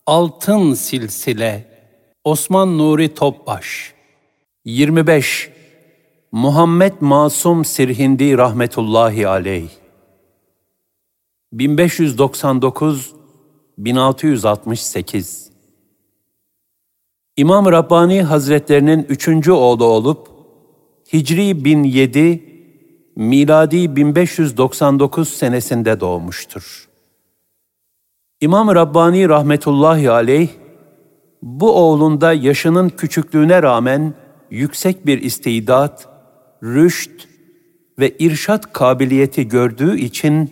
Altın Silsile Osman Nuri Topbaş 25. Muhammed Masum Sirhindi rahmetullahi aleyh 1599-1668 İmam Rabbani Hazretlerinin 3. oğlu olup Hicri 1007, miladi 1599 senesinde doğmuştur. İmam Rabbani rahmetullahi aleyh, bu oğlunda yaşının küçüklüğüne rağmen yüksek bir istidat, rüşt ve irşat kabiliyeti gördüğü için,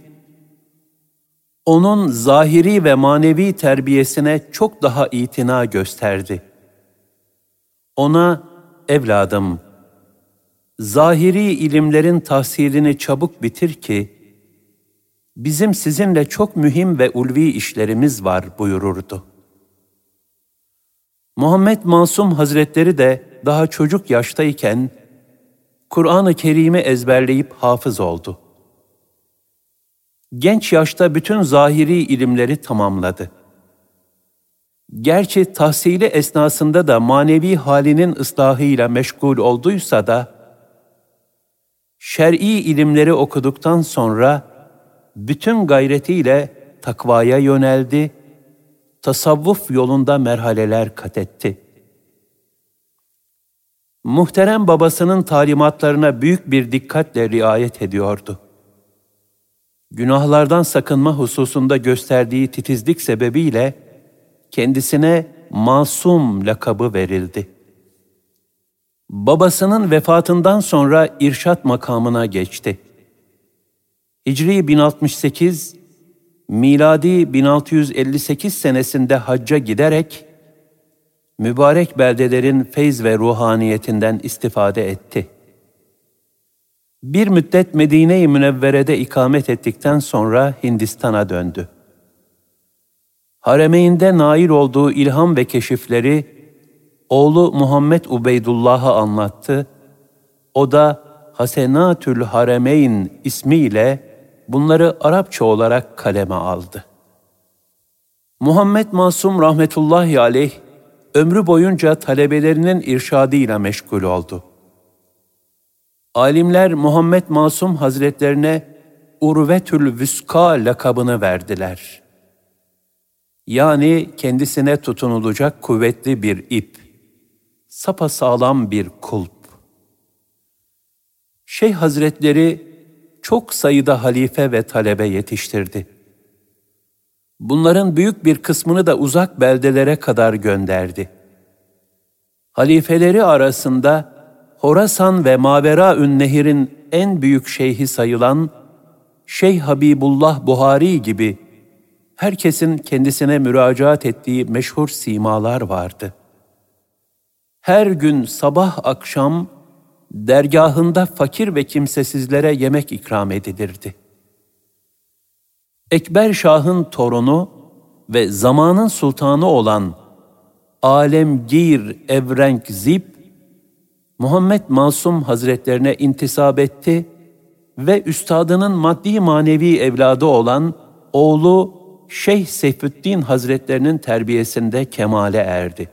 onun zahiri ve manevi terbiyesine çok daha itina gösterdi. Ona, evladım, zahiri ilimlerin tahsilini çabuk bitir ki, bizim sizinle çok mühim ve ulvi işlerimiz var buyururdu. Muhammed Masum Hazretleri de daha çocuk yaştayken, Kur'an-ı Kerim'i ezberleyip hafız oldu. Genç yaşta bütün zahiri ilimleri tamamladı. Gerçi tahsili esnasında da manevi halinin ıslahıyla meşgul olduysa da, şer'i ilimleri okuduktan sonra, bütün gayretiyle takvaya yöneldi, tasavvuf yolunda merhaleler kat etti. Muhterem babasının talimatlarına büyük bir dikkatle riayet ediyordu. Günahlardan sakınma hususunda gösterdiği titizlik sebebiyle kendisine Masum lakabı verildi. Babasının vefatından sonra irşat makamına geçti. Hicri 1068, miladi 1658 senesinde hacca giderek, mübarek beldelerin feyz ve ruhaniyetinden istifade etti. Bir müddet Medine-i Münevvere'de ikamet ettikten sonra Hindistan'a döndü. Haremeyn'de nail olduğu ilham ve keşifleri, oğlu Muhammed Ubeydullah'a anlattı. O da Hasenatül Haremeyn ismiyle bunları Arapça olarak kaleme aldı. Muhammed Masum rahmetullahi aleyh, ömrü boyunca talebelerinin irşadıyla meşgul oldu. Alimler Muhammed Masum Hazretlerine Urvetül Vüska lakabını verdiler. Yani kendisine tutunulacak kuvvetli bir ip, sapasağlam bir kulp. Şeyh Hazretleri çok sayıda halife ve talebe yetiştirdi. Bunların büyük bir kısmını da uzak beldelere kadar gönderdi. Halifeleri arasında Horasan ve Maveraün Nehir'in en büyük şeyhi sayılan Şeyh Habibullah Buhari gibi herkesin kendisine müracaat ettiği meşhur simalar vardı. Her gün sabah akşam dergahında fakir ve kimsesizlere yemek ikram edilirdi. Ekber Şah'ın torunu ve zamanın sultanı olan Alemgir Evrenk Zip, Muhammed Masum Hazretlerine intisap etti ve üstadının maddi manevi evladı olan oğlu Şeyh Seyfüddin Hazretlerinin terbiyesinde kemale erdi.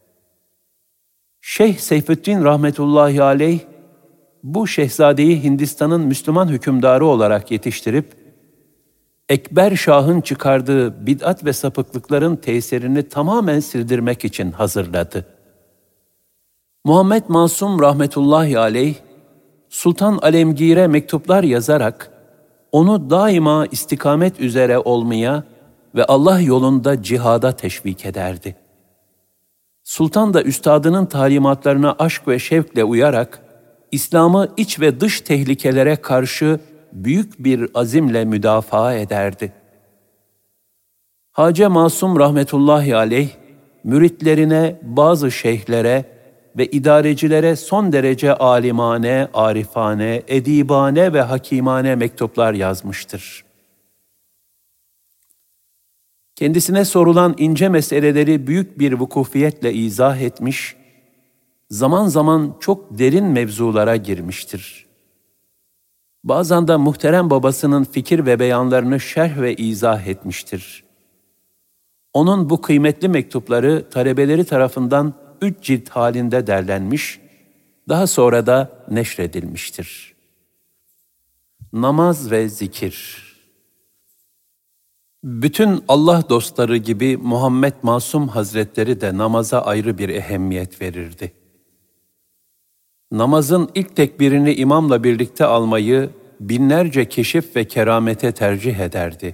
Şeyh Seyfüddin rahmetullahi aleyh, bu şehzadeyi Hindistan'ın Müslüman hükümdarı olarak yetiştirip, Ekber Şah'ın çıkardığı bid'at ve sapıklıkların tesirini tamamen sildirmek için hazırladı. Muhammed Masum rahmetullahi aleyh, Sultan Alemgir'e mektuplar yazarak, onu daima istikamet üzere olmaya ve Allah yolunda cihada teşvik ederdi. Sultan da üstadının talimatlarına aşk ve şevkle uyarak, İslam'ı iç ve dış tehlikelere karşı büyük bir azimle müdafaa ederdi. Hacı Masum rahmetullahi aleyh, müritlerine, bazı şeyhlere ve idarecilere son derece alimane, arifane, edibane ve hakimane mektuplar yazmıştır. Kendisine sorulan ince meseleleri büyük bir vukufiyetle izah etmiş, zaman zaman çok derin mevzulara girmiştir. Bazen de muhterem babasının fikir ve beyanlarını şerh ve izah etmiştir. Onun bu kıymetli mektupları talebeleri tarafından 3 cilt halinde derlenmiş, daha sonra da neşredilmiştir. Namaz ve zikir. Bütün Allah dostları gibi Muhammed Masum Hazretleri de namaza ayrı bir ehemmiyet verirdi. Namazın ilk tekbirini imamla birlikte almayı binlerce keşif ve keramete tercih ederdi.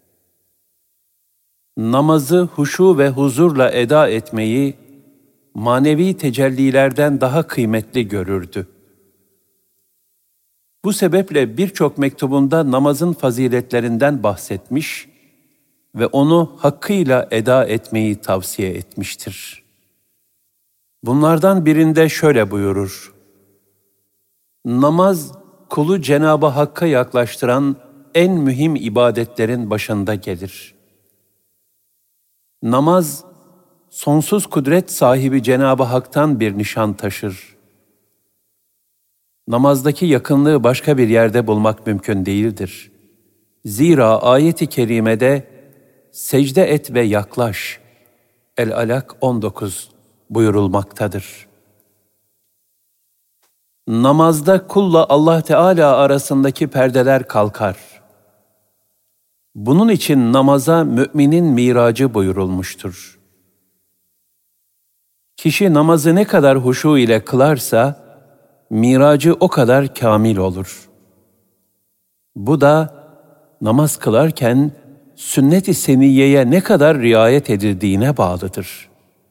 Namazı huşu ve huzurla eda etmeyi manevi tecellilerden daha kıymetli görürdü. Bu sebeple birçok mektubunda namazın faziletlerinden bahsetmiş ve onu hakkıyla eda etmeyi tavsiye etmiştir. Bunlardan birinde şöyle buyurur: Namaz, kulu Cenab-ı Hakk'a yaklaştıran en mühim ibadetlerin başında gelir. Namaz, sonsuz kudret sahibi Cenab-ı Hak'tan bir nişan taşır. Namazdaki yakınlığı başka bir yerde bulmak mümkün değildir. Zira ayet-i kerimede secde et ve yaklaş, El-Alak 19 buyurulmaktadır. Namazda kulla Allah Teala arasındaki perdeler kalkar. Bunun için namaza müminin miracı buyurulmuştur. Kişi namazı ne kadar huşu ile kılarsa, miracı o kadar kamil olur. Bu da namaz kılarken sünnet-i seniyyeye ne kadar riayet edildiğine bağlıdır.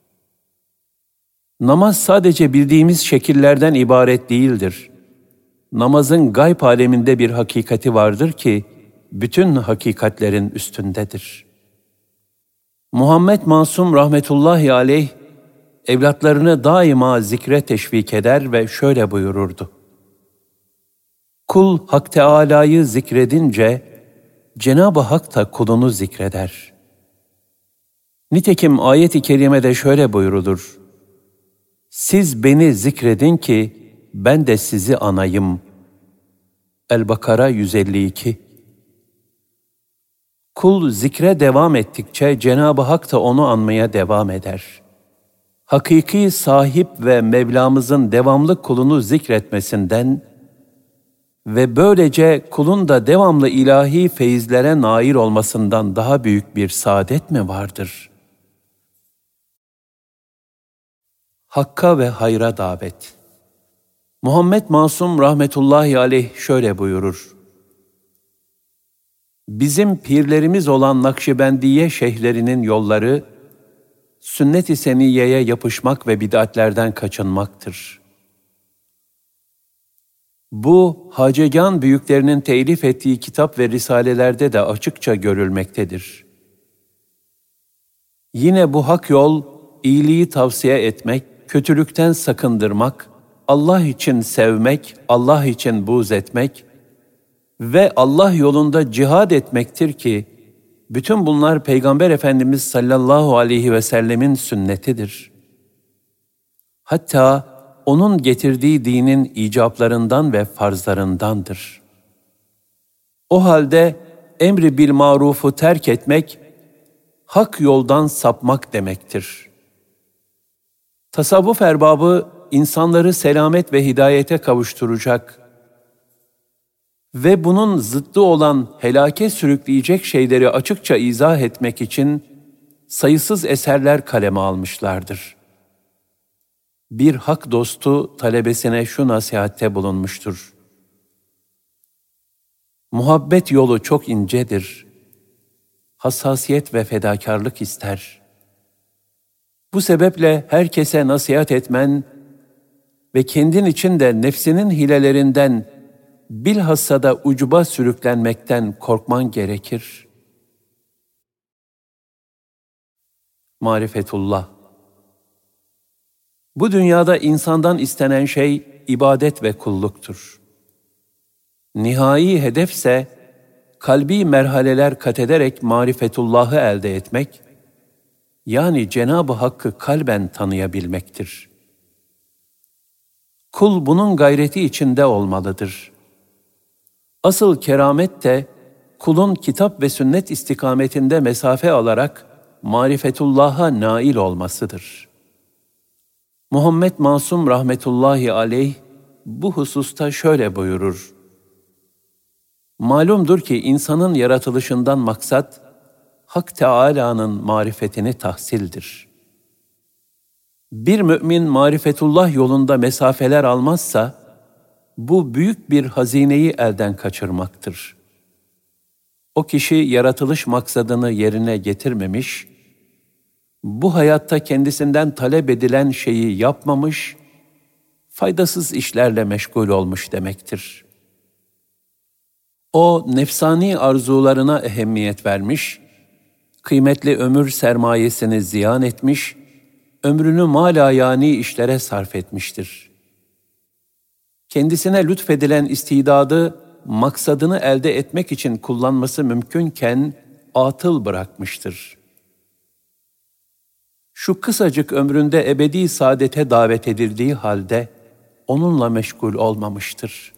Namaz sadece bildiğimiz şekillerden ibaret değildir. Namazın gayb aleminde bir hakikati vardır ki, bütün hakikatlerin üstündedir. Muhammed Masum rahmetullahi aleyh, evlatlarını daima zikre teşvik eder ve şöyle buyururdu: Kul Hak Teâlâ'yı zikredince, Cenab-ı Hak da kulunu zikreder. Nitekim ayet-i kerimede şöyle buyurulur: Siz beni zikredin ki ben de sizi anayım. El-Bakara 152. Kul zikre devam ettikçe Cenab-ı Hak da onu anmaya devam eder. Hakiki sahip ve Mevlamızın devamlı kulunu zikretmesinden ve böylece kulun da devamlı ilahi feyizlere nail olmasından daha büyük bir saadet mi vardır? Hakka ve hayra davet. Muhammed Masum rahmetullahi aleyh şöyle buyurur: Bizim pirlerimiz olan Nakşibendiye şeyhlerinin yolları, sünnet-i seniyyeye yapışmak ve bid'atlerden kaçınmaktır. Bu, Hacegan büyüklerinin telif ettiği kitap ve risalelerde de açıkça görülmektedir. Yine bu hak yol, iyiliği tavsiye etmek, kötülükten sakındırmak, Allah için sevmek, Allah için buğz etmek ve Allah yolunda cihad etmektir ki, bütün bunlar Peygamber Efendimiz sallallahu aleyhi ve sellemin sünnetidir. Hatta onun getirdiği dinin icaplarından ve farzlarındandır. O halde emri bil marufu terk etmek, hak yoldan sapmak demektir. Tasavvuf erbabı insanları selamet ve hidayete kavuşturacak ve bunun zıddı olan helake sürükleyecek şeyleri açıkça izah etmek için sayısız eserler kaleme almışlardır. Bir hak dostu talebesine şu nasihatte bulunmuştur: Muhabbet yolu çok incedir. Hassasiyet ve fedakarlık ister. Bu sebeple herkese nasihat etmen ve kendin için de nefsinin hilelerinden, bilhassa da ucuba sürüklenmekten korkman gerekir. Marifetullah. Bu dünyada insandan istenen şey ibadet ve kulluktur. Nihai hedefse kalbi merhaleler kat ederek marifetullahı elde etmek, yani Cenab-ı Hakk'ı kalben tanıyabilmektir. Kul bunun gayreti içinde olmalıdır. Asıl keramet de kulun kitap ve sünnet istikametinde mesafe alarak marifetullah'a nail olmasıdır. Muhammed Masum rahmetullahi aleyh bu hususta şöyle buyurur: Malumdur ki insanın yaratılışından maksat, Hak Teâlâ'nın marifetini tahsildir. Bir mümin marifetullah yolunda mesafeler almazsa, bu büyük bir hazineyi elden kaçırmaktır. O kişi yaratılış maksadını yerine getirmemiş, bu hayatta kendisinden talep edilen şeyi yapmamış, faydasız işlerle meşgul olmuş demektir. O nefsani arzularına ehemmiyet vermiş, kıymetli ömür sermayesini ziyan etmiş, ömrünü malayani işlere sarf etmiştir. Kendisine lütfedilen istidadı, maksadını elde etmek için kullanması mümkünken atıl bırakmıştır. Şu kısacık ömründe ebedi saadete davet edildiği halde onunla meşgul olmamıştır.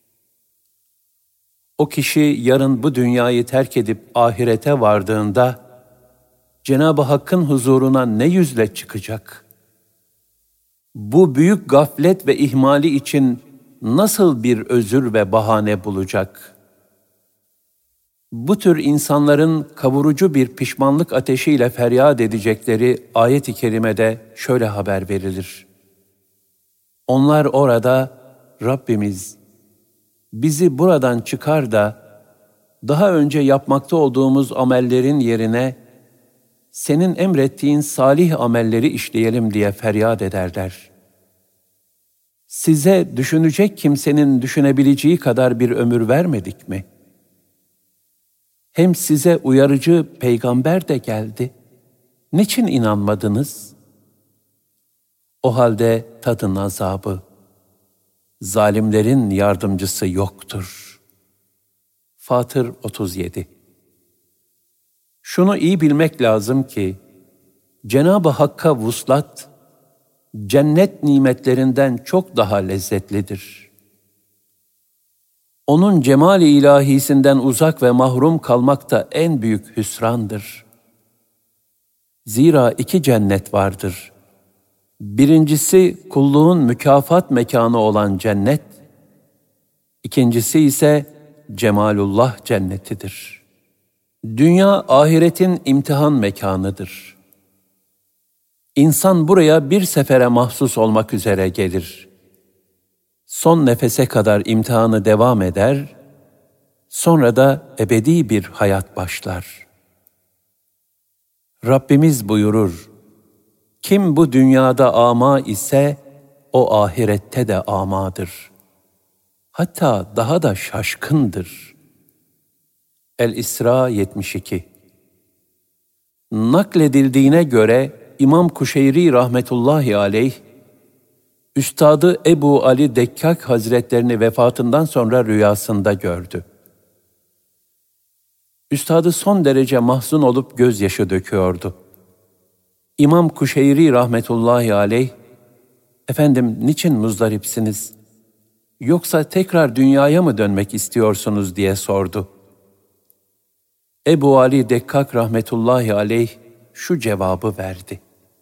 O kişi yarın bu dünyayı terk edip ahirete vardığında Cenab-ı Hakk'ın huzuruna ne yüzle çıkacak? Bu büyük gaflet ve ihmali için nasıl bir özür ve bahane bulacak? Bu tür insanların kavurucu bir pişmanlık ateşiyle feryat edecekleri ayet-i kerimede şöyle haber verilir. Onlar orada, Rabbimiz, bizi buradan çıkar da, daha önce yapmakta olduğumuz amellerin yerine, senin emrettiğin salih amelleri işleyelim diye feryat ederler. Size düşünecek kimsenin düşünebileceği kadar bir ömür vermedik mi? Hem size uyarıcı peygamber de geldi. Niçin inanmadınız? O halde tadın azabı. Zalimlerin yardımcısı yoktur. Fatır 37. Şunu iyi bilmek lazım ki, Cenab-ı Hakk'a vuslat, cennet nimetlerinden çok daha lezzetlidir. Onun cemal-i ilahisinden uzak ve mahrum kalmak da en büyük hüsrandır. Zira iki cennet vardır. Birincisi kulluğun mükafat mekanı olan cennet, ikincisi ise cemalullah cennetidir. Dünya ahiretin imtihan mekanıdır. İnsan buraya bir sefere mahsus olmak üzere gelir. Son nefese kadar imtihanı devam eder, sonra da ebedi bir hayat başlar. Rabbimiz buyurur, kim bu dünyada ama ise o ahirette de amadır. Hatta daha da şaşkındır. El-İsra 72. Nakledildiğine göre İmam Kuşeyri rahmetullahi aleyh, Üstadı Ebu Ali Dekkak Hazretlerini vefatından sonra rüyasında gördü. Üstadı son derece mahzun olup gözyaşı döküyordu. İmam Kuşeyri rahmetullahi aleyh, "Efendim, niçin muzdaripsiniz? Yoksa tekrar dünyaya mı dönmek istiyorsunuz?" diye sordu. Ebu Ali Dekkak rahmetullahi aleyh şu cevabı verdi.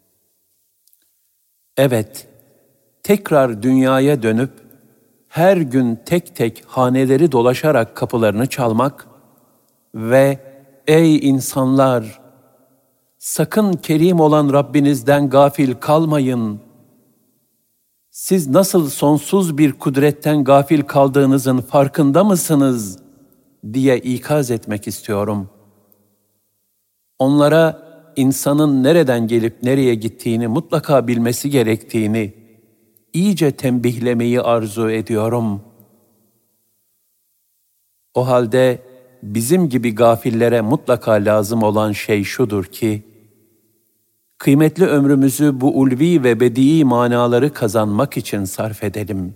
Evet, tekrar dünyaya dönüp her gün tek tek haneleri dolaşarak kapılarını çalmak ve "Ey insanlar! Sakın kerim olan Rabbinizden gafil kalmayın. Siz nasıl sonsuz bir kudretten gafil kaldığınızın farkında mısınız?" diye ikaz etmek istiyorum. Onlara insanın nereden gelip nereye gittiğini mutlaka bilmesi gerektiğini iyice tembihlemeyi arzu ediyorum. O halde bizim gibi gafillere mutlaka lazım olan şey şudur ki, kıymetli ömrümüzü bu ulvi ve bedii manaları kazanmak için sarf edelim.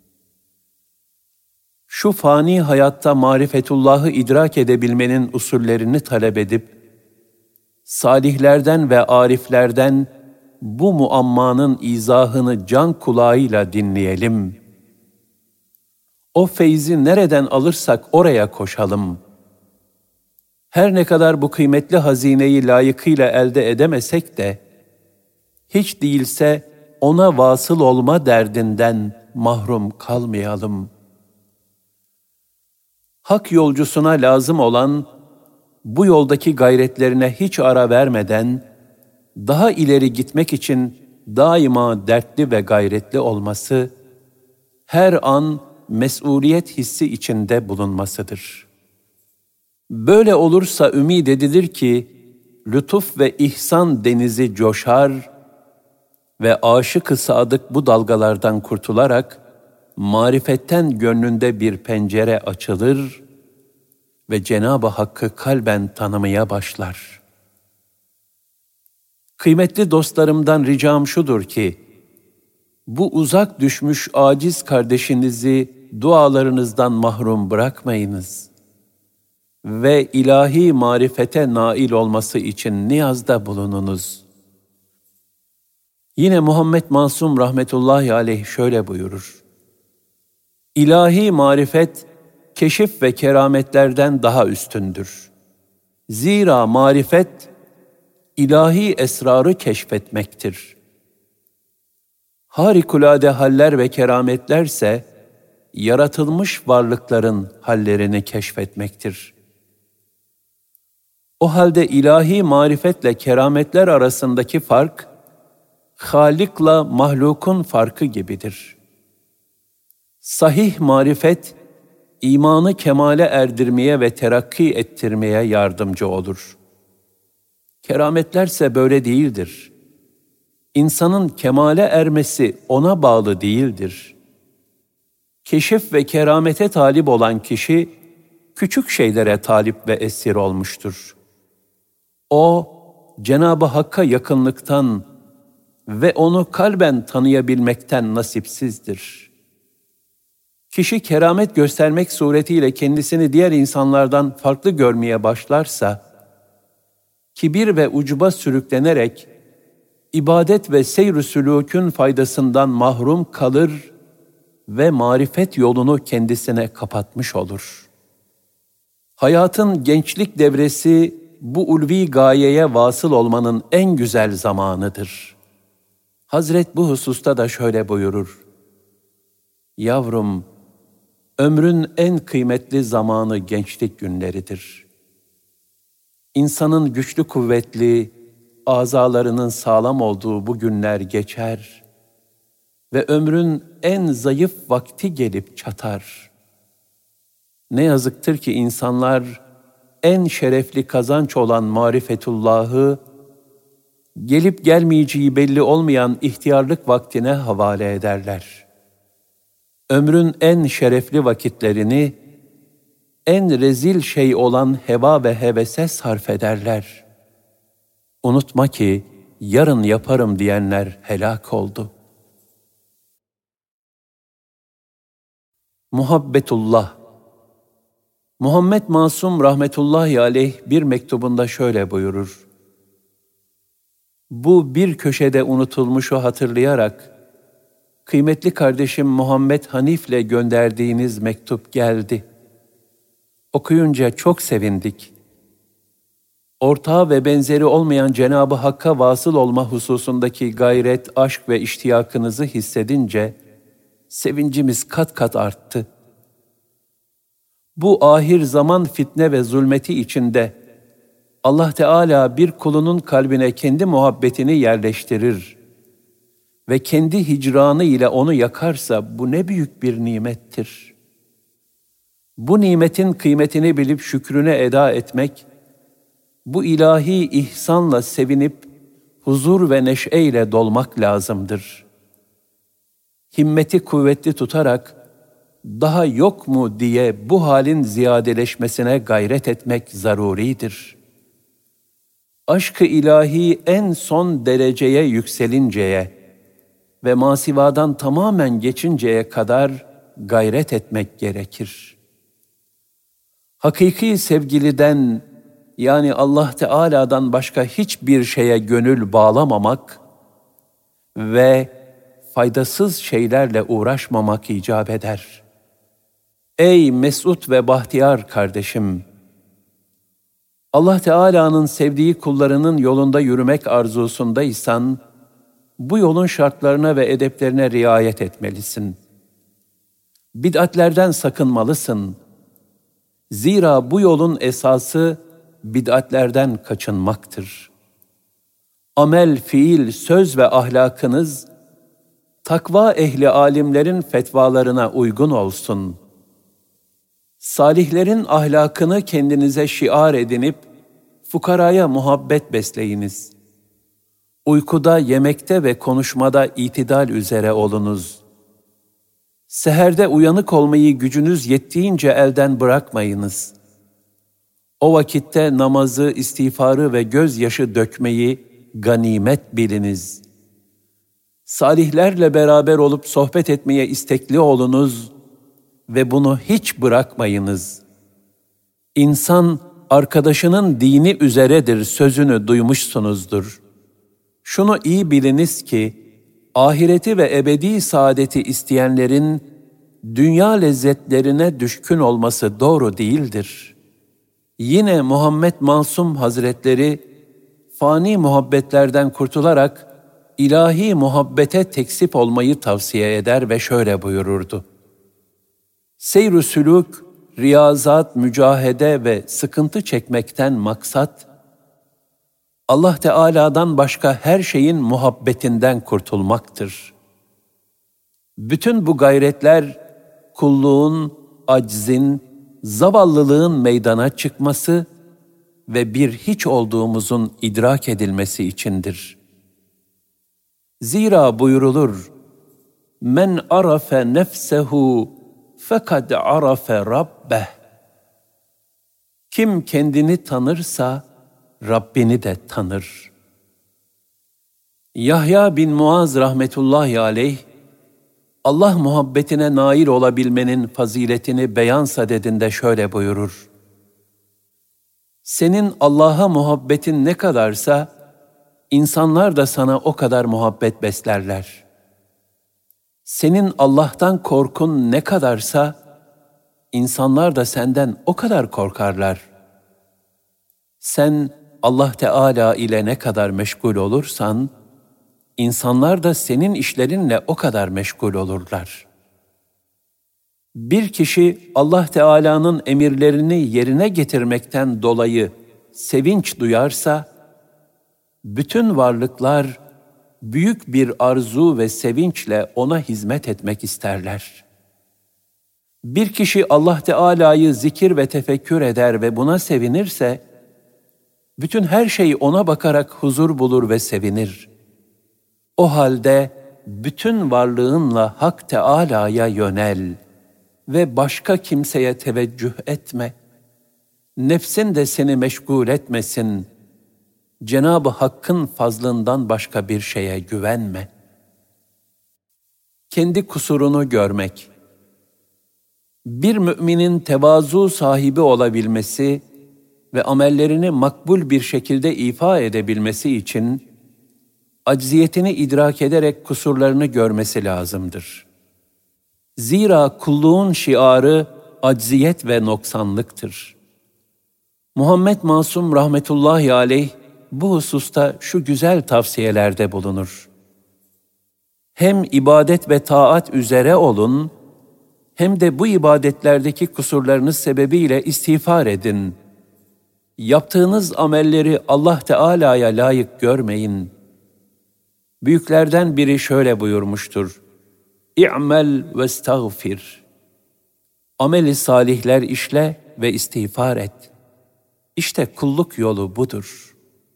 Şu fani hayatta marifetullahı idrak edebilmenin usullerini talep edip, salihlerden ve ariflerden bu muammanın izahını can kulağıyla dinleyelim. O feyzi nereden alırsak oraya koşalım. Her ne kadar bu kıymetli hazineyi layıkıyla elde edemesek de, hiç değilse ona vasıl olma derdinden mahrum kalmayalım. Hak yolcusuna lazım olan, bu yoldaki gayretlerine hiç ara vermeden, daha ileri gitmek için daima dertli ve gayretli olması, her an mesuliyet hissi içinde bulunmasıdır. Böyle olursa ümid edilir ki, lütuf ve ihsan denizi coşar ve aşık-ı sadık bu dalgalardan kurtularak, marifetten gönlünde bir pencere açılır ve Cenab-ı Hakk'ı kalben tanımaya başlar. Kıymetli dostlarımdan ricam şudur ki, bu uzak düşmüş aciz kardeşinizi dualarınızdan mahrum bırakmayınız ve ilahi marifete nail olması için niyazda bulununuz. Yine Muhammed Masum rahmetullahi aleyh şöyle buyurur: İlahi marifet, keşif ve kerametlerden daha üstündür. Zira marifet, ilahi esrarı keşfetmektir. Harikulade haller ve kerametlerse, yaratılmış varlıkların hallerini keşfetmektir. O halde ilahi marifetle kerametler arasındaki fark, Halik'la mahlukun farkı gibidir. Sahih marifet, imanı kemale erdirmeye ve terakki ettirmeye yardımcı olur. Kerametlerse böyle değildir. İnsanın kemale ermesi ona bağlı değildir. Keşif ve keramete talip olan kişi, küçük şeylere talip ve esir olmuştur. O, Cenab-ı Hakk'a yakınlıktan ve onu kalben tanıyabilmekten nasipsizdir. Kişi keramet göstermek suretiyle kendisini diğer insanlardan farklı görmeye başlarsa, kibir ve ucuba sürüklenerek, ibadet ve seyr-ü sülûkün faydasından mahrum kalır ve marifet yolunu kendisine kapatmış olur. Hayatın gençlik devresi, bu ulvi gayeye vasıl olmanın en güzel zamanıdır. Hazret bu hususta da şöyle buyurur: Yavrum, ömrün en kıymetli zamanı gençlik günleridir. İnsanın güçlü kuvvetli, azalarının sağlam olduğu bu günler geçer ve ömrün en zayıf vakti gelip çatar. Ne yazıktır ki insanlar en şerefli kazanç olan marifetullahı, gelip gelmeyeceği belli olmayan ihtiyarlık vaktine havale ederler. Ömrün en şerefli vakitlerini, en rezil şey olan heva ve hevese sarf ederler. Unutma ki, yarın yaparım diyenler helak oldu. Muhabbetullah. Muhammed Masum rahmetullahi aleyh bir mektubunda şöyle buyurur: Bu bir köşede unutulmuşu hatırlayarak, kıymetli kardeşim Muhammed Hanif'le gönderdiğiniz mektup geldi. Okuyunca çok sevindik. Ortağı ve benzeri olmayan Cenab-ı Hakk'a vasıl olma hususundaki gayret, aşk ve iştiyakınızı hissedince, sevincimiz kat kat arttı. Bu ahir zaman fitne ve zulmeti içinde, Allah Teala bir kulunun kalbine kendi muhabbetini yerleştirir ve kendi hicranı ile onu yakarsa bu ne büyük bir nimettir. Bu nimetin kıymetini bilip şükrüne eda etmek, bu ilahi ihsanla sevinip huzur ve neşeyle dolmak lazımdır. Himmeti kuvvetli tutarak, daha yok mu diye bu halin ziyadeleşmesine gayret etmek zaruridir. Aşk-ı ilahi en son dereceye yükselinceye ve masivadan tamamen geçinceye kadar gayret etmek gerekir. Hakiki sevgiliden, yani Allah Teala'dan başka hiçbir şeye gönül bağlamamak ve faydasız şeylerle uğraşmamak icap eder. Ey mesut ve bahtiyar kardeşim! Allah Teala'nın sevdiği kullarının yolunda yürümek arzusundaysan, bu yolun şartlarına ve edeplerine riayet etmelisin. Bid'atlerden sakınmalısın. Zira bu yolun esası bid'atlerden kaçınmaktır. Amel, fiil, söz ve ahlakınız, takva ehli alimlerin fetvalarına uygun olsun. Salihlerin ahlakını kendinize şiar edinip, fukaraya muhabbet besleyiniz. Uykuda, yemekte ve konuşmada itidal üzere olunuz. Seherde uyanık olmayı gücünüz yettiğince elden bırakmayınız. O vakitte namazı, istiğfarı ve gözyaşı dökmeyi ganimet biliniz. Salihlerle beraber olup sohbet etmeye istekli olunuz ve bunu hiç bırakmayınız. İnsan, arkadaşının dini üzeredir sözünü duymuşsunuzdur. Şunu iyi biliniz ki, ahireti ve ebedi saadeti isteyenlerin dünya lezzetlerine düşkün olması doğru değildir. Yine Muhammed Masum Hazretleri, fani muhabbetlerden kurtularak ilahi muhabbete teksip olmayı tavsiye eder ve şöyle buyururdu: Seyr-ü sülûk, riyazat, mücahede ve sıkıntı çekmekten maksat, Allah Teala'dan başka her şeyin muhabbetinden kurtulmaktır. Bütün bu gayretler, kulluğun, aczin, zavallılığın meydana çıkması ve bir hiç olduğumuzun idrak edilmesi içindir. Zira buyurulur, men arafe nefsehu fekad arafe rabbeh. Kim kendini tanırsa Rabbini de tanır. Yahya bin Muaz rahmetullahi aleyh, Allah muhabbetine nail olabilmenin faziletini beyan sadedinde şöyle buyurur: Senin Allah'a muhabbetin ne kadarsa, insanlar da sana o kadar muhabbet beslerler. Senin Allah'tan korkun ne kadarsa, insanlar da senden o kadar korkarlar. Sen Allah Teala ile ne kadar meşgul olursan, insanlar da senin işlerinle o kadar meşgul olurlar. Bir kişi Allah Teala'nın emirlerini yerine getirmekten dolayı sevinç duyarsa, bütün varlıklar büyük bir arzu ve sevinçle ona hizmet etmek isterler. Bir kişi Allah Teala'yı zikir ve tefekkür eder ve buna sevinirse, bütün her şey ona bakarak huzur bulur ve sevinir. O halde bütün varlığınla Hak Teâlâ'ya yönel ve başka kimseye teveccüh etme. Nefsin de seni meşgul etmesin. Cenab-ı Hakk'ın fazlından başka bir şeye güvenme. Kendi kusurunu görmek. Bir müminin tevazu sahibi olabilmesi ve amellerini makbul bir şekilde ifa edebilmesi için acziyetini idrak ederek kusurlarını görmesi lazımdır. Zira kulluğun şiarı acziyet ve noksanlıktır. Muhammed Masum rahmetullahi aleyh bu hususta şu güzel tavsiyelerde bulunur: Hem ibadet ve taat üzere olun, hem de bu ibadetlerdeki kusurlarınız sebebiyle istiğfar edin. Yaptığınız amelleri Allah Teala'ya layık görmeyin. Büyüklerden biri şöyle buyurmuştur: İ'mel ve estağfir. Amel-i salihler işle ve istiğfar et. İşte kulluk yolu budur.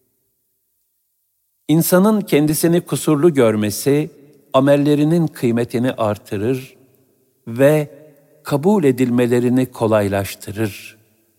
İnsanın kendisini kusurlu görmesi, amellerinin kıymetini artırır ve kabul edilmelerini kolaylaştırır.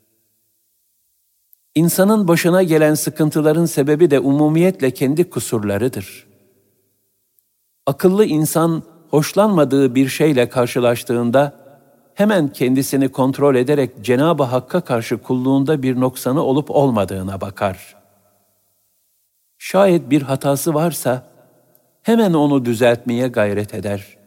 İnsanın başına gelen sıkıntıların sebebi de umumiyetle kendi kusurlarıdır. Akıllı insan, hoşlanmadığı bir şeyle karşılaştığında, hemen kendisini kontrol ederek Cenab-ı Hakk'a karşı kulluğunda bir noksanı olup olmadığına bakar. Şayet bir hatası varsa, hemen onu düzeltmeye gayret eder.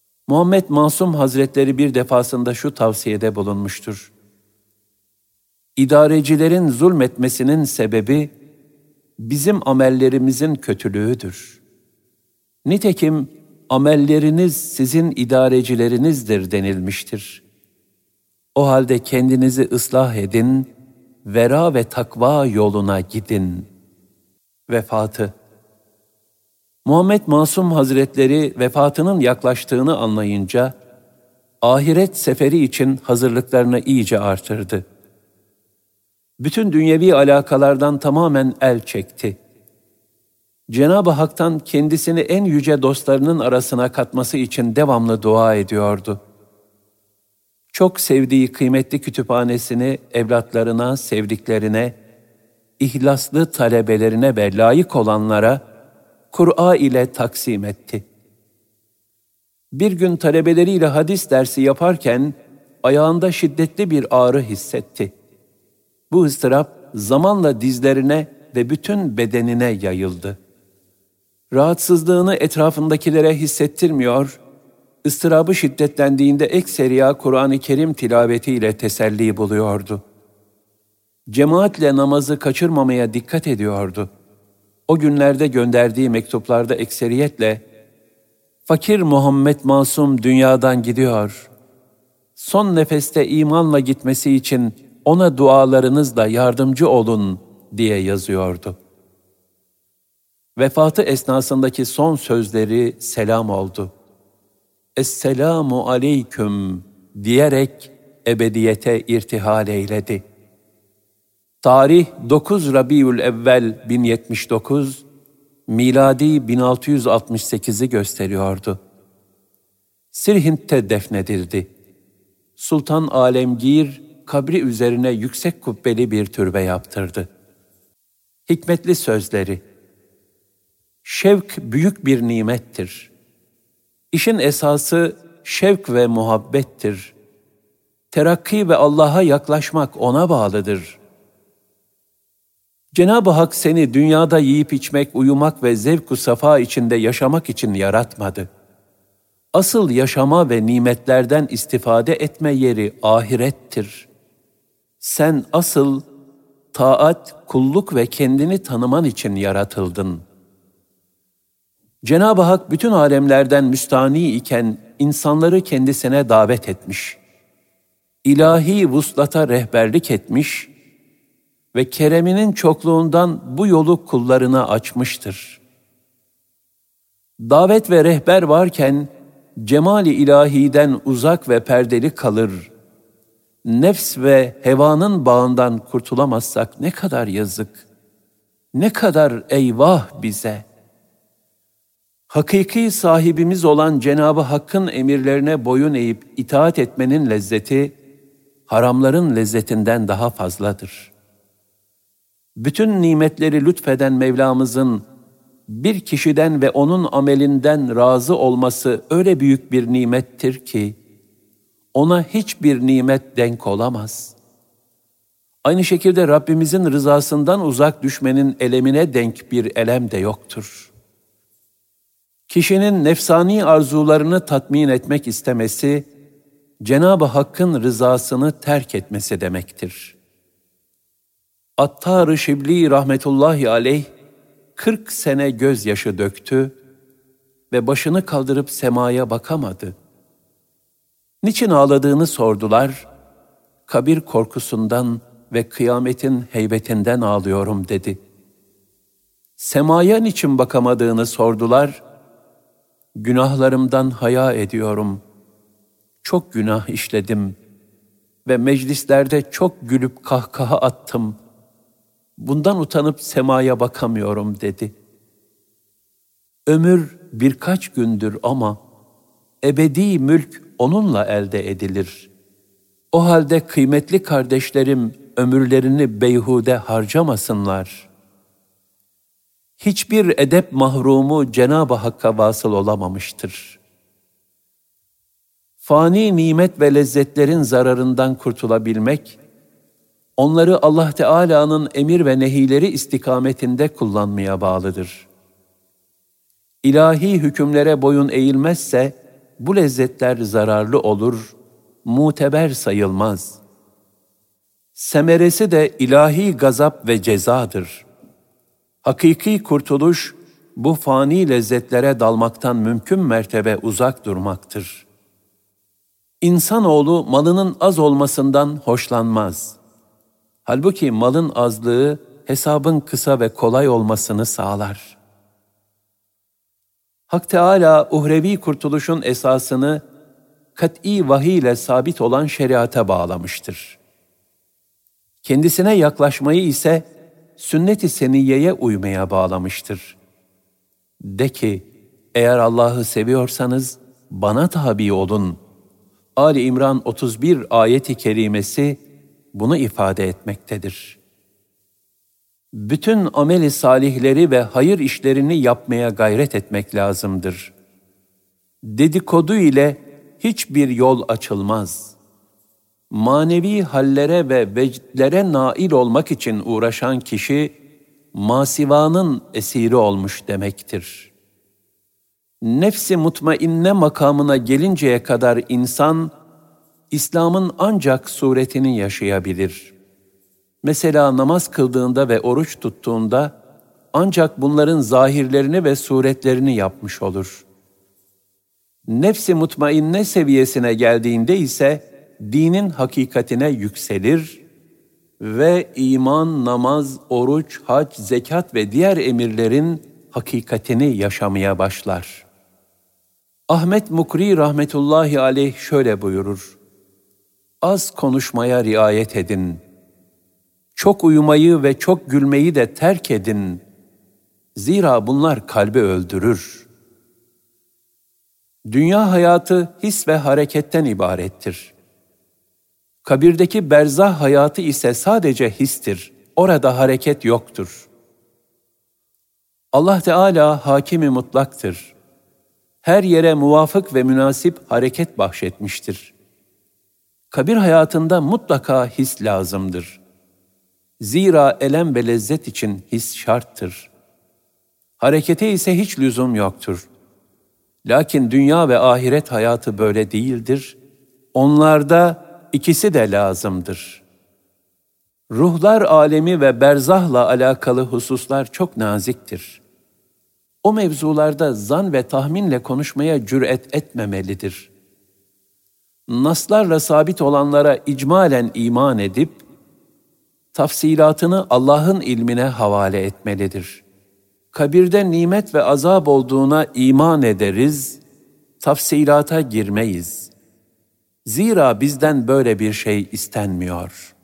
Muhammed Masum Hazretleri bir defasında şu tavsiyede bulunmuştur: İdarecilerin zulmetmesinin sebebi bizim amellerimizin kötülüğüdür. Nitekim amelleriniz sizin idarecilerinizdir denilmiştir. O halde kendinizi ıslah edin, vera ve takva yoluna gidin. Vefatı. Muhammed Masum Hazretleri vefatının yaklaştığını anlayınca, ahiret seferi için hazırlıklarını iyice artırdı. Bütün dünyevi alakalardan tamamen el çekti. Cenab-ı Hak'tan kendisini en yüce dostlarının arasına katması için devamlı dua ediyordu. Çok sevdiği kıymetli kütüphanesini evlatlarına, sevdiklerine, ihlaslı talebelerine ve layık olanlara Kur'a ile taksim etti. Bir gün talebeleriyle hadis dersi yaparken ayağında şiddetli bir ağrı hissetti. Bu ıstırap zamanla dizlerine ve bütün bedenine yayıldı. Rahatsızlığını etrafındakilere hissettirmiyor, ıstırabı şiddetlendiğinde ekseriya Kur'an-ı Kerim tilavetiyle teselli buluyordu. Cemaatle namazı kaçırmamaya dikkat ediyordu. O günlerde gönderdiği mektuplarda ekseriyetle, "Fakir Muhammed Masum dünyadan gidiyor. Son nefeste imanla gitmesi için ona dualarınızla yardımcı olun" diye yazıyordu. Vefatı esnasındaki son sözleri selam oldu. "Esselamu aleyküm" diyerek ebediyete irtihal eyledi. Tarih 9 Rabiülevvel 1079, miladi 1668'i gösteriyordu. Sirhint'te defnedildi. Sultan Alemgir, kabri üzerine yüksek kubbeli bir türbe yaptırdı. Hikmetli sözleri. Şevk büyük bir nimettir. İşin esası şevk ve muhabbettir. Terakki ve Allah'a yaklaşmak ona bağlıdır. Cenab-ı Hak seni dünyada yiyip içmek, uyumak ve zevk-u safa içinde yaşamak için yaratmadı. Asıl yaşama ve nimetlerden istifade etme yeri ahirettir. Sen asıl taat, kulluk ve kendini tanıman için yaratıldın. Cenab-ı Hak bütün alemlerden müstani iken insanları kendisine davet etmiş. İlahi vuslata rehberlik etmiş ve kereminin çokluğundan bu yolu kullarına açmıştır. Davet ve rehber varken cemali ilahiden uzak ve perdeli kalır. Nefs ve hevanın bağından kurtulamazsak ne kadar yazık, ne kadar eyvah bize. Hakiki sahibimiz olan Cenab-ı Hakk'ın emirlerine boyun eğip itaat etmenin lezzeti, haramların lezzetinden daha fazladır. Bütün nimetleri lütfeden Mevlamızın bir kişiden ve onun amelinden razı olması öyle büyük bir nimettir ki, ona hiçbir nimet denk olamaz. Aynı şekilde Rabbimizin rızasından uzak düşmenin elemine denk bir elem de yoktur. Kişinin nefsani arzularını tatmin etmek istemesi, Cenab-ı Hakk'ın rızasını terk etmesi demektir. Attar-ı Şibli rahmetullahi aleyh 40 sene gözyaşı döktü ve başını kaldırıp semaya bakamadı. Niçin ağladığını sordular, kabir korkusundan ve kıyametin heybetinden ağlıyorum dedi. Semaya niçin bakamadığını sordular, günahlarımdan haya ediyorum. Çok günah işledim ve meclislerde çok gülüp kahkaha attım. Bundan utanıp semaya bakamıyorum dedi. Ömür birkaç gündür ama ebedi mülk onunla elde edilir. O halde kıymetli kardeşlerim ömürlerini beyhude harcamasınlar. Hiçbir edep mahrumu Cenab-ı Hakk'a vasıl olamamıştır. Fani nimet ve lezzetlerin zararından kurtulabilmek, onları Allah Teala'nın emir ve nehileri istikametinde kullanmaya bağlıdır. İlahi hükümlere boyun eğilmezse, bu lezzetler zararlı olur, muteber sayılmaz. Semeresi de ilahi gazap ve cezadır. Hakiki kurtuluş, bu fani lezzetlere dalmaktan mümkün mertebe uzak durmaktır. İnsanoğlu malının az olmasından hoşlanmaz. Halbuki malın azlığı hesabın kısa ve kolay olmasını sağlar. Hak Teâlâ uhrevi kurtuluşun esasını kat'î vahiy ile sabit olan şeriata bağlamıştır. Kendisine yaklaşmayı ise sünnet-i seniyyeye uymaya bağlamıştır. De ki, eğer Allah'ı seviyorsanız bana tabi olun. Ali İmran 31 ayet-i kerimesi bunu ifade etmektedir. Bütün amel-i salihleri ve hayır işlerini yapmaya gayret etmek lazımdır. Dedikodu ile hiçbir yol açılmaz. Manevi hallere ve vecdlere nail olmak için uğraşan kişi, masivanın esiri olmuş demektir. Nefs-i mutmainne makamına gelinceye kadar insan, İslam'ın ancak suretini yaşayabilir. Mesela namaz kıldığında ve oruç tuttuğunda, ancak bunların zahirlerini ve suretlerini yapmış olur. Nefs-i mutmainne seviyesine geldiğinde ise, dinin hakikatine yükselir ve iman, namaz, oruç, hac, zekat ve diğer emirlerin hakikatini yaşamaya başlar. Ahmet Mukri rahmetullahi aleyh şöyle buyurur: Az konuşmaya riayet edin. Çok uyumayı ve çok gülmeyi de terk edin. Zira bunlar kalbi öldürür. Dünya hayatı his ve hareketten ibarettir. Kabirdeki berzah hayatı ise sadece histir. Orada hareket yoktur. Allah Teala hakimi mutlaktır. Her yere muvafık ve münasip hareket bahşetmiştir. Kabir hayatında mutlaka his lazımdır. Zira elem ve lezzet için his şarttır. Harekete ise hiç lüzum yoktur. Lakin dünya ve ahiret hayatı böyle değildir. Onlarda ikisi de lazımdır. Ruhlar alemi ve berzahla alakalı hususlar çok naziktir. O mevzularda zan ve tahminle konuşmaya cüret etmemelidir. Naslarla sabit olanlara icmalen iman edip, tafsilatını Allah'ın ilmine havale etmelidir. Kabirde nimet ve azap olduğuna iman ederiz, tafsilata girmeyiz. Zira bizden böyle bir şey istenmiyor.